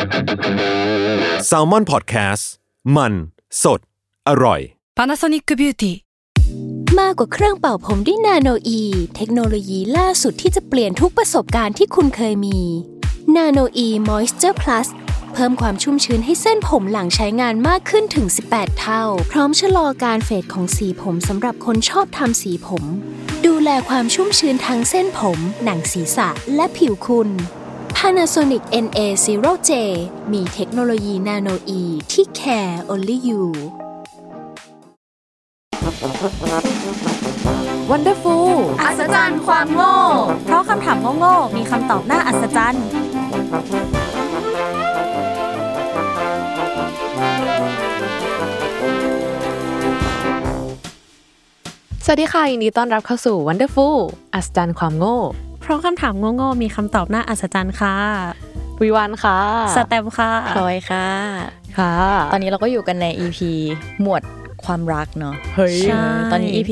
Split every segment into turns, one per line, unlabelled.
Salmon Podcast มันสดอร่อย
Panasonic Beauty
มากกว่าเครื่องเป่าผมด้วยนาโนอีเทคโนโลยีล่าสุดที่จะเปลี่ยนทุกประสบการณ์ที่คุณเคยมีนาโนอีมอยส์เจอร์พลัสเพิ่มความชุ่มชื้นให้เส้นผมหลังใช้งานมากขึ้นถึง18เท่าพร้อมชะลอการเฟดของสีผมสำหรับคนชอบทำสีผมดูแลความชุ่มชื้นทั้งเส้นผมหนังศีรษะและผิวคุณ Panasonic NA0J มีเทคโนโลยีนาโนอีที่ care only you
Wonderful
อัศจรรย์ความโง่
เพราะคำถามโง่ๆมีคำตอบน่าอัศจรรย์
สวัสดีค่ะยินดีต้อนรับเข้าสู่ Wonderful อัศจรรย์ความโง่
เพราะคำถามโง่ๆมีคำตอบน่าอัศจรรย์ค่ะ
วิวันค่ะ
สแตมป์ค่ะ
พลอยค่ะ
ค่ะ
ตอนนี้เราก็อยู่กันใน EP หมวดความรักเนาะ
เฮ้ย
ตอนนี้ EP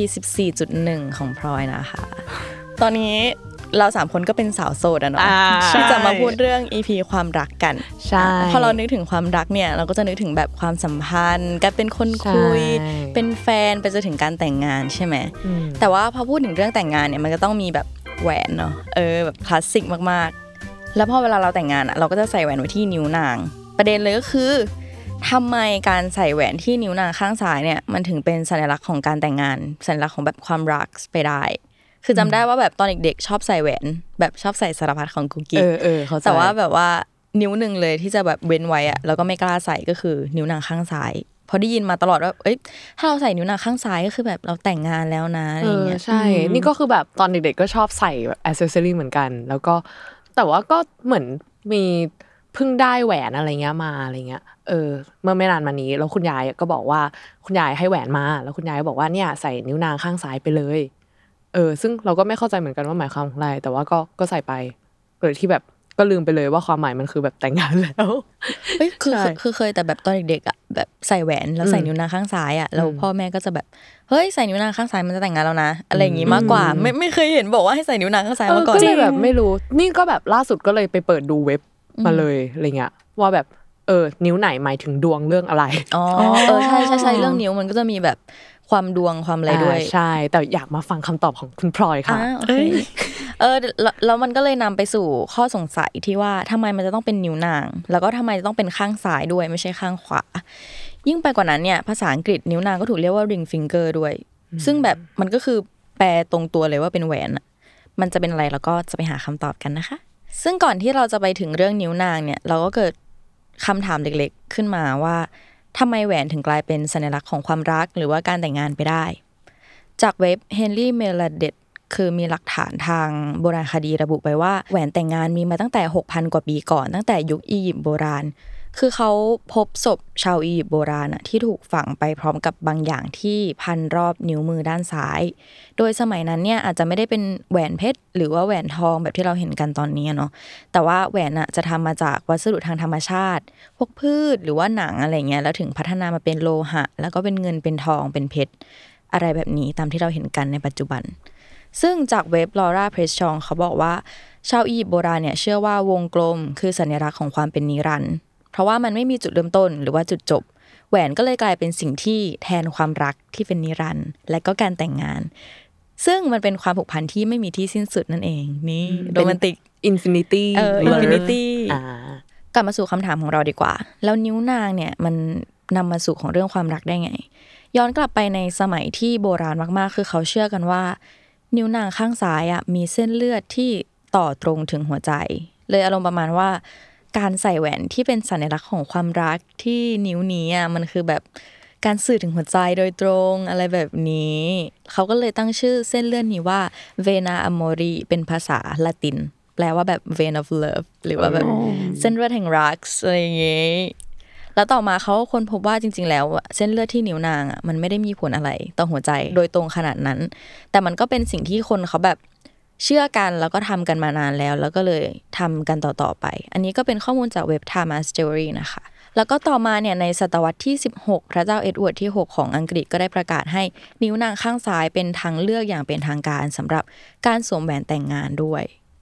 14.1 ของพลอยนะคะตอนนี้เรา3คนก็เป็นสาวโสดอะเนาะที่จะมาพูดเรื่อง EP ความรักกัน
ใช่
พอเรานึกถึงความรักเนี่ยเราก็จะนึกถึงแบบความสัมพันธ์การเป็นคนคุยเป็นแฟนไปจนถึงการแต่งงานใช่ไหมแต่ว่าพอพูดถึงเรื่องแต่งงานเนี่ยมันก็ต้องมีแบบแหวนเนาะแบบคลาสสิกมากๆแล้วพอเวลาเราแต่งงานอะเราก็จะใส่แหวนไว้ที่นิ้วนางประเด็นเลยก็คือทำไมการใส่แหวนที่นิ้วนางข้างซ้ายเนี่ยมันถึงเป็นสัญลักษณ์ของการแต่งงานสัญลักษณ์ของแบบความรักไปได้คือจำได้ว่าแบบตอนเด็กๆชอบใส่แหวนแบบชอบใส่สารพัดของกุ๊กกิ๊กแต่ว่าแบบว่านิ้วนึงเลยที่จะแบบเว้นไว้อะแล้วก็ไม่กล้าใส่ก็คือนิ้วนางข้างซ้ายพอได้ยินมาตลอดว่าถ้าเราใส่นิ้วนางข้างซ้ายก็คือแบบเราแต่งงานแล้วนะอะไรอย่างเงี้ย
ใช่นี่ก็คือแบบตอนเด็กๆก็ชอบใส่แบบแอคเซสซอรี่เหมือนกันแล้วก็แต่ว่าก็เหมือนมีเพิ่งได้แหวนอะไรเงี้ยมาอะไรเงี้ยเมื่อไม่นานมานี้แล้วคุณยายก็บอกว่าคุณยายให้แหวนมาแล้วคุณยายบอกว่าเนี่ยใส่นิ้วนางข้างซ้ายไปเลยซึ่งเราก็ไม่เข้าใจเหมือนกันว่าหมายความอะไรแต่ว่าก็ใส่ไปโดยที่แบบก็ลืมไปเลยว่าความหมายมันคือแบบแต่งงานแล้ว
คือเคยแต่แบบตอนเด็กๆอ่ะแบบใส่แหวนแล้วใส่นิ้วนางข้างซ้ายอ่ะแล้วพ่อแม่ก็จะแบบเฮ้ยใส่นิ้วนางข้างซ้ายมันจะแต่งงานแล้วนะอะไรอย่างงี้มากกว่าไม่เคยเห็นบอกว่าให้ใส่นิ้วนางข้างซ้ายมาก่อน
ก็เลยแบบไม่รู้นี่ก็แบบล่าสุดก็เลยไปเปิดดูเว็บมาเลยอะไรเงี้ยว่าแบบนิ้วไหนหมายถึงดวงเรื่องอะไร
ใช่เรื่องนิ้วมันก็จะมีแบบความดวงความอะไรด้วย
ใช่แต่อยากมาฟังคำตอบของคุณพลอยค่ะ
แล้วมันก็เลยนำไปสู่ข้อสงสัยที่ว่าทำไมมันจะต้องเป็นนิ้วนางแล้วก็ทำไมจะต้องเป็นข้างซ้ายด้วยไม่ใช่ข้างขวายิ่งไปกว่านั้นเนี่ยภาษาอังกฤษนิ้วนางก็ถูกเรียกว่า ring finger ด้วยซึ่งแบบมันก็คือแปลตรงตัวเลยว่าเป็นแหวนมันจะเป็นอะไรแล้วก็จะไปหาคำตอบกันนะคะซึ่งก่อนที่เราจะไปถึงเรื่องนิ้วนางเนี่ยเราก็เกิดคำถามเล็กๆขึ้นมาว่าทำไมแหวนถึงกลายเป็นสัญลักษณ์ของความรักหรือว่าการแต่งงานไปได้จากเว็บ Henry Meredith คือมีหลักฐานทางโบราณคดีระบุไว้ว่าแหวนแต่งงานมีมาตั้งแต่ 6,000 กว่าปีก่อนตั้งแต่ยุคอียิปต์โบราณคือเขาพบศพชาวอียิปต์โบราณที่ถูกฝังไปพร้อมกับบางอย่างที่พันรอบนิ้วมือด้านซ้ายโดยสมัยนั้นเนี่ยอาจจะไม่ได้เป็นแหวนเพชรหรือว่าแหวนทองแบบที่เราเห็นกันตอนนี้เนาะแต่ว่าแหวนจะทำมาจากวัสดุทางธรรมชาติพวกพืชหรือว่าหนังอะไรเงี้ยแล้วถึงพัฒนามาเป็นโลหะแล้วก็เป็นเงินเป็นทองเป็นเพชรอะไรแบบนี้ตามที่เราเห็นกันในปัจจุบันซึ่งจากเว็บ Laura Preston เขาบอกว่าชาวอียิปต์โบราณเนี่ยเชื่อว่าวงกลมคือสัญลักษณ์ของความเป็นนิรันดร์เพราะว่ามันไม่มีจุดเริ่มต้นหรือว่าจุดจบแหวนก็เลยกลายเป็นสิ่งที่แทนความรักที่เป็นนิรันดร์และก็การแต่งงานซึ่งมันเป็นความผูกพันที่ไม่มีที่สิ้นสุดนั่นเองนี่โรแมนติก
อินฟินิตี้
อินฟินิตี้กลับมาสู่คำถามของเราดีกว่าแล้วนิ้วนางเนี่ยมันนำมาสู่ของเรื่องความรักได้ไงย้อนกลับไปในสมัยที่โบราณมากๆคือเขาเชื่อกันว่านิ้วนางข้างซ้ายมีเส้นเลือดที่ต่อตรงถึงหัวใจเลยอารมณ์ประมาณว่าการใส่แหวนที่เป็นสัญลักษณ์ของความรักที่นิ้วนี้มันคือแบบการสื่อถึงหัวใจโดยตรงอะไรแบบนี้เขาก็เลยตั้งชื่อเส้นเลือดนี้ว่า vena amori เป็นภาษาละตินแปลว่าแบบ vein of love หรือว่าแบบเส้นเลือดแห่งรักอะไรอย่างงี้แล้วต่อมาเขาก็ค้นพบว่าจริงๆแล้วเส้นเลือดที่นิ้วนางมันไม่ได้มีผลอะไรต่อหัวใจโดยตรงขนาดนั้นแต่มันก็เป็นสิ่งที่คนเขาแบบเชื่อกันแล้วก็ทำกันมานานแล้วก็เลยทำกันต่อๆไปอันนี้ก็เป็นข้อมูลจากเว็บ Thomas Theory นะคะแล้วก็ต่อมาเนี่ยในศตวรรษที่16พระเจ้าเอ็ดเวิร์ดที่6ของอังกฤษก็ได้ประกาศให้นิ้วนางข้างซ้ายเป็นทางเลือกอย่างเป็นทางการสำหรับการสวมแหวนแต่งงานด้วย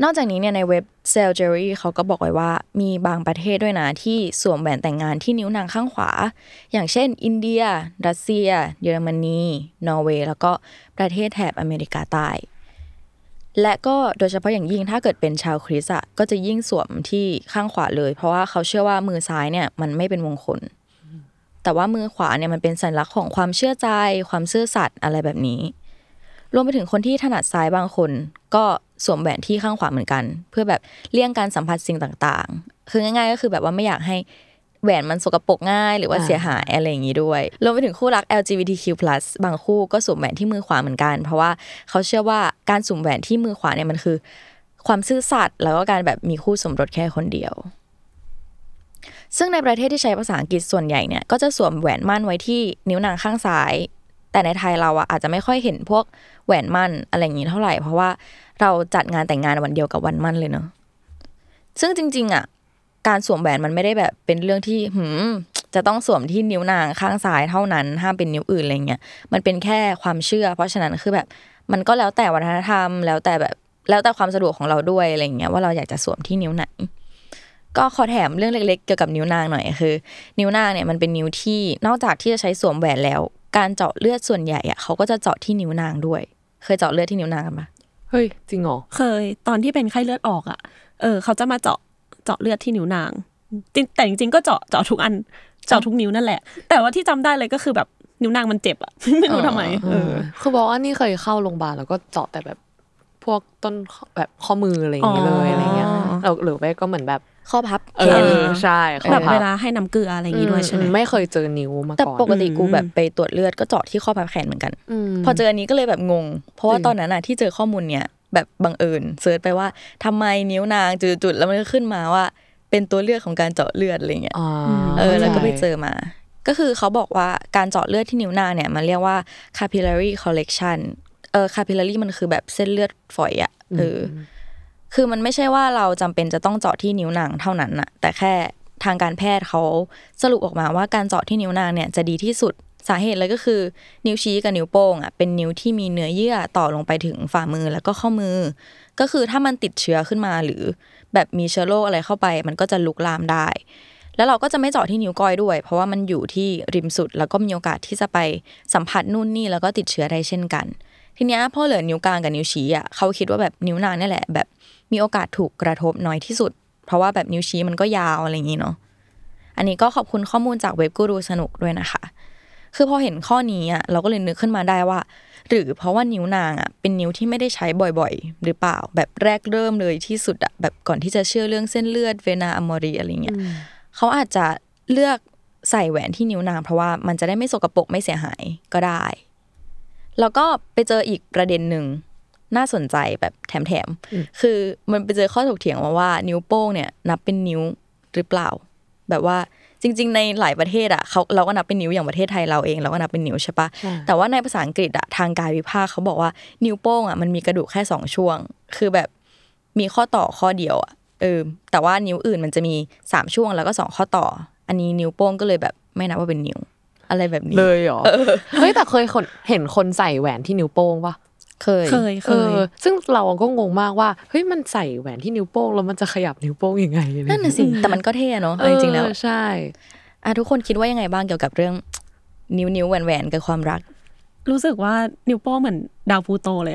นอกจากนี้เนี่ยในเว็บ Selgery เขาก็บอกไว้ว่ามีบางประเทศด้วยนะที่สวมแหวนแต่งงานที่นิ้วนางข้างขวาอย่างเช่นอินเดียรัสเซียเยอรมนีนอร์เวย์แล้วก็ประเทศแถบอเมริกาใต้และก็โดยเฉพาะอย่างยิ่งถ้าเกิดเป็นชาวคริสต์ก็จะยิ่งสวมที่ข้างขวาเลยเพราะว่าเขาเชื่อว่ามือซ้ายเนี่ยมันไม่เป็นมงคลแต่ว่ามือขวาเนี่ยมันเป็นสัญลักษณ์ของความเชื่อใจความซื่อสัตย์อะไรแบบนี้รวมไปถึงคนที่ถนัดซ้ายบางคนก็สวมแหวนที่ข้างขวาเหมือนกันเพื่อแบบเลี่ยงการสัมผัสสิ่งต่างๆคือง่ายๆก็คือแบบว่าไม่อยากให้แหวนมันสกปรกง่ายหรือว่าเสียหายอะไรอย่างนี้ด้วยรวมไปถึงคู่รัก LGBTQ+ บางคู่ก็สวมแหวนที่มือขวาเหมือนกันเพราะว่าเขาเชื่อว่าการสวมแหวนที่มือขวาเนี่ยมันคือความซื่อสัตย์แล้วก็การแบบมีคู่สมรสแค่คนเดียวซึ่งในประเทศที่ใช้ภาษาอังกฤษส่วนใหญ่เนี่ยก็จะสวมแหวนมั่นไว้ที่นิ้วนางข้างซ้ายแต่ในไทยเราอาจจะไม่ค่อยเห็นพวกแหวนมั่นอะไรอย่างนี้เท่าไหร่เพราะว่าเราจัดงานแต่งงานวันเดียวกับวันมั่นเลยเนาะซึ่งจริงๆการสวมแหวนมันไม่ได้แบบเป็นเรื่องที่จะต้องสวมที่นิ้วนางข้างซ้ายเท่านั้นห้ามเป็นนิ้วอื่นอะไรเงี้ยมันเป็นแค่ความเชื่อเพราะฉะนั้นคือแบบมันก็แล้วแต่วัฒนธรรมแล้วแต่ความสะดวกของเราด้วยอะไรเงี้ยว่าเราอยากจะสวมที่นิ้วไหนก็ขอแถมเรื่องเล็กๆเกี่ยวกับนิ้วนางหน่อยคือนิ้วนางเนี่ยมันเป็นนิ้วที่นอกจากที่จะใช้สวมแหวนแล้วการเจาะเลือดส่วนใหญ่เขาก็จะเจาะที่นิ้วนางด้วยเคยเจาะเลือดที่นิ้วนางกันปะ
เฮ้ยจริงเหรอ
เคยตอนที่เป็นไข้เลือดออกเขาจะมาเจาะเลือดที่นิ้วนางแต่จริงๆก็เจาะทุกอันเจาะทุกนิ้วนั่นแหละแต่ว่าที่จำได้เลยก็คือแบบนิ้วนางมันเจ็บไม่รู้ทำไม
คือบอกว่านี่เคยเข้าโรงพยาบาลแล้วก็เจาะแต่แบบพวกต้นแบบข้อมืออะไรอย่างเงี้ยเลยอะไรเงี้ยหรือไปก็เหมือนแบบ
ข้อพับ
แขนใช่
แบบเวลาให้น้ำเกลืออะไรอย่างงี้ด้วยใช่ไหม
ไม่เคยเจอนิ้วมาก่อน
แต่ปกติกูแบบไปตรวจเลือดก็เจาะที่ข้อพับแขนเหมือนกันพอเจออันนี้ก็เลยแบบงงเพราะว่าตอนนั้นที่เจอข้อมูลเนี่ยแบบบังเอิญเสิร์ชไปว่าทำไมนิ้วนางจุดๆแล้วมันก็ขึ้นมาว่าเป็นตัวเลือกของการเจาะเลือดอะไรเงี้ยแล้วก็ไปเจอมาก็คือเขาบอกว่าการเจาะเลือดที่นิ้วนางเนี่ยมันเรียกว่า capillary collection capillary มันคือแบบเส้นเลือดฝอยคือมันไม่ใช่ว่าเราจำเป็นจะต้องเจาะที่นิ้วนางเท่านั้นน่ะแต่แค่ทางการแพทย์เขาสรุปออกมาว่าการเจาะที่นิ้วนางเนี่ยจะดีที่สุดสาเหตุเลยก็คือนิ้วชี้กับนิ้วโป้งเป็นนิ้วที่มีเนื้อเยื่อต่อลงไปถึงฝ่ามือแล้วก็ข้อมือก็คือถ้ามันติดเชื้อขึ้นมาหรือแบบมีเชื้อโรคอะไรเข้าไปมันก็จะลุกลามได้แล้วเราก็จะไม่เจาะที่นิ้วก้อยด้วยเพราะว่ามันอยู่ที่ริมสุดแล้วก็มีโอกาสที่จะไปสัมผัสนู่นนี่แล้วก็ติดเชื้อได้เช่นกันทีเนี้ยพอเหลือนิ้วกลางกับนิ้วชี้เขาคิดว่าแบบนิ้วนางนี่แหละแบบมีโอกาสถูกกระทบน้อยที่สุดเพราะว่าแบบนิ้วชี้มันก็ยาวอะไรอย่างงี้เนาะอันนี้ก็ขอบคุณข้อมูลจากเว็บกูรูสนุกด้วยนะคะคือพอเห็นข้อนี้เราก็เลยนึกขึ้นมาได้ว่าหรือเพราะว่านิ้วนางเป็นนิ้วที่ไม่ได้ใช้บ่อยๆหรือเปล่าแบบแรกเริ่มเลยที่สุดแบบก่อนที่จะเชื่อเรื่องเส้นเลือดเวนาอะมอรีอะไรเงี้ยเขาอาจจะเลือกใส่แหวนที่นิ้วนางเพราะว่ามันจะได้ไม่สกปรกไม่เสียหายก็ได้แล้วก็ไปเจออีกประเด็นนึงน่าสนใจแบบแถมคือมันไปเจอข้อถกเถียงมาว่านิ้วโป้งเนี่ยนับเป็นนิ้วหรือเปล่าแบบว่าจริงๆในหลายประเทศเราก็นับเป็นนิ้วอย่างประเทศไทยเราเองเราก็นับเป็นนิ้วใช่ปะแต่ว่าในภาษาอังกฤษทางกายวิภาคเขาบอกว่านิ้วโป้งมันมีกระดูกแค่2ช่วงคือแบบมีข้อต่อข้อเดียวแต่ว่านิ้วอื่นมันจะมี3ช่วงแล้วก็2ข้อต่ออันนี้นิ้วโป้งก็เลยแบบไม่นับว่าเป็นนิ้วอะไรแบบนี้
เลยเหรอเฮ้ยแต่เคยเห็นคนใส่แหวนที่นิ้วโป้งปะ
เคย
ซึ่งเราก็งงมากว่าเฮ้ยมันใส่แหวนที่นิ้วโป้งแล้วมันจะขยับนิ้วโป้งยังไง
นั่นน่ะสิแต่มันก็เท่เนาะจริงๆแล้ว
ใช่
ทุกคนคิดว่ายังไงบ้างเกี่ยวกับเรื่องนิ้วแหวนกับความรัก
รู้สึกว่านิ้วโป้งเหมือนดาวพูโตเลย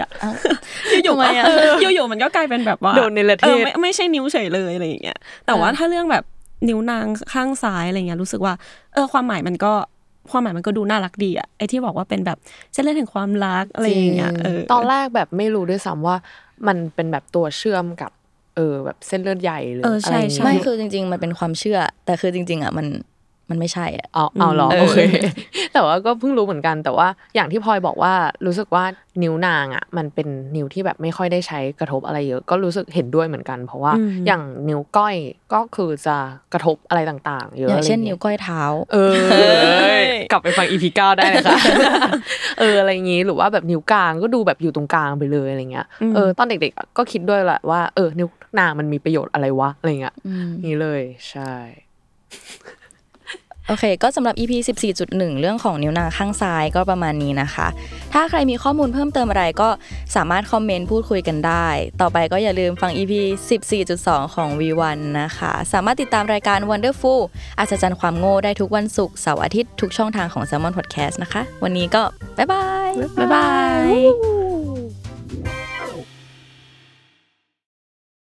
อยู่ๆมันก็กลายเป็นแบบว่า
โดนเนรเทศ
ไม่ใช่นิ้วเฉยเลยอะไรอย่างเงี้ยแต่ว่าถ้าเรื่องแบบนิ้วนางข้างซ้ายอะไรเงี้ยรู้สึกว่าความหมายมันก็ดูน่ารักดีไอ้ที่บอกว่าเป็นแบบเส้นเลือดแห่งความรักอะไรอย่างเงี้ย
ตอนแรกแบบไม่รู้ด้วยซ้ำว่ามันเป็นแบบตัวเชื่อมกับแบบเส้นเลือดใหญ่หรืออะไร
ไม่คือจริงๆมันเป็นความเชื่อแต่คือจริงๆมันไม่ใช่
เอาหรอโอเคแต่ว่าก็เพิ่งรู้เหมือนกันแต่ว่าอย่างที่พลอยบอกว่ารู้สึกว่านิ้วนางมันเป็นนิ้วที่แบบไม่ค่อยได้ใช้กระทบอะไรเยอะก็รู้สึกเห็นด้วยเหมือนกันเพราะว่าอย่างนิ้วก้อยก็คือจะกระทบอะไรต่างๆเยอะ
อย่างเช่นนิ้วก้อยเท้
ากลับไปฟัง EP 9ได้เลยค่ะอะไรอย่างงี้หรือว่าแบบนิ้วกลางก็ดูแบบอยู่ตรงกลางไปเลยอะไรเงี้ยตอนเด็กๆก็คิดด้วยแหละว่านิ้วนางมันมีประโยชน์อะไรวะอะไรเงี้ยนี่เลยใช่
โอเคก็สำหรับ EP 14.1 เรื่องของนิ้วนางข้างซ้ายก็ประมาณนี้นะคะถ้าใครมีข้อมูลเพิ่มเติมอะไรก็สามารถคอมเมนต์พูดคุยกันได้ต่อไปก็อย่าลืมฟัง EP 14.2 ของ V1 นะคะสามารถติดตามรายการ Wonderful อัศจรรย์ความโง่ได้ทุกวันศุกร์เสาร์อาทิตย์ทุกช่องทางของ Salmon Podcast นะคะวันนี้ก็บ๊ายบาย
บ๊ายบาย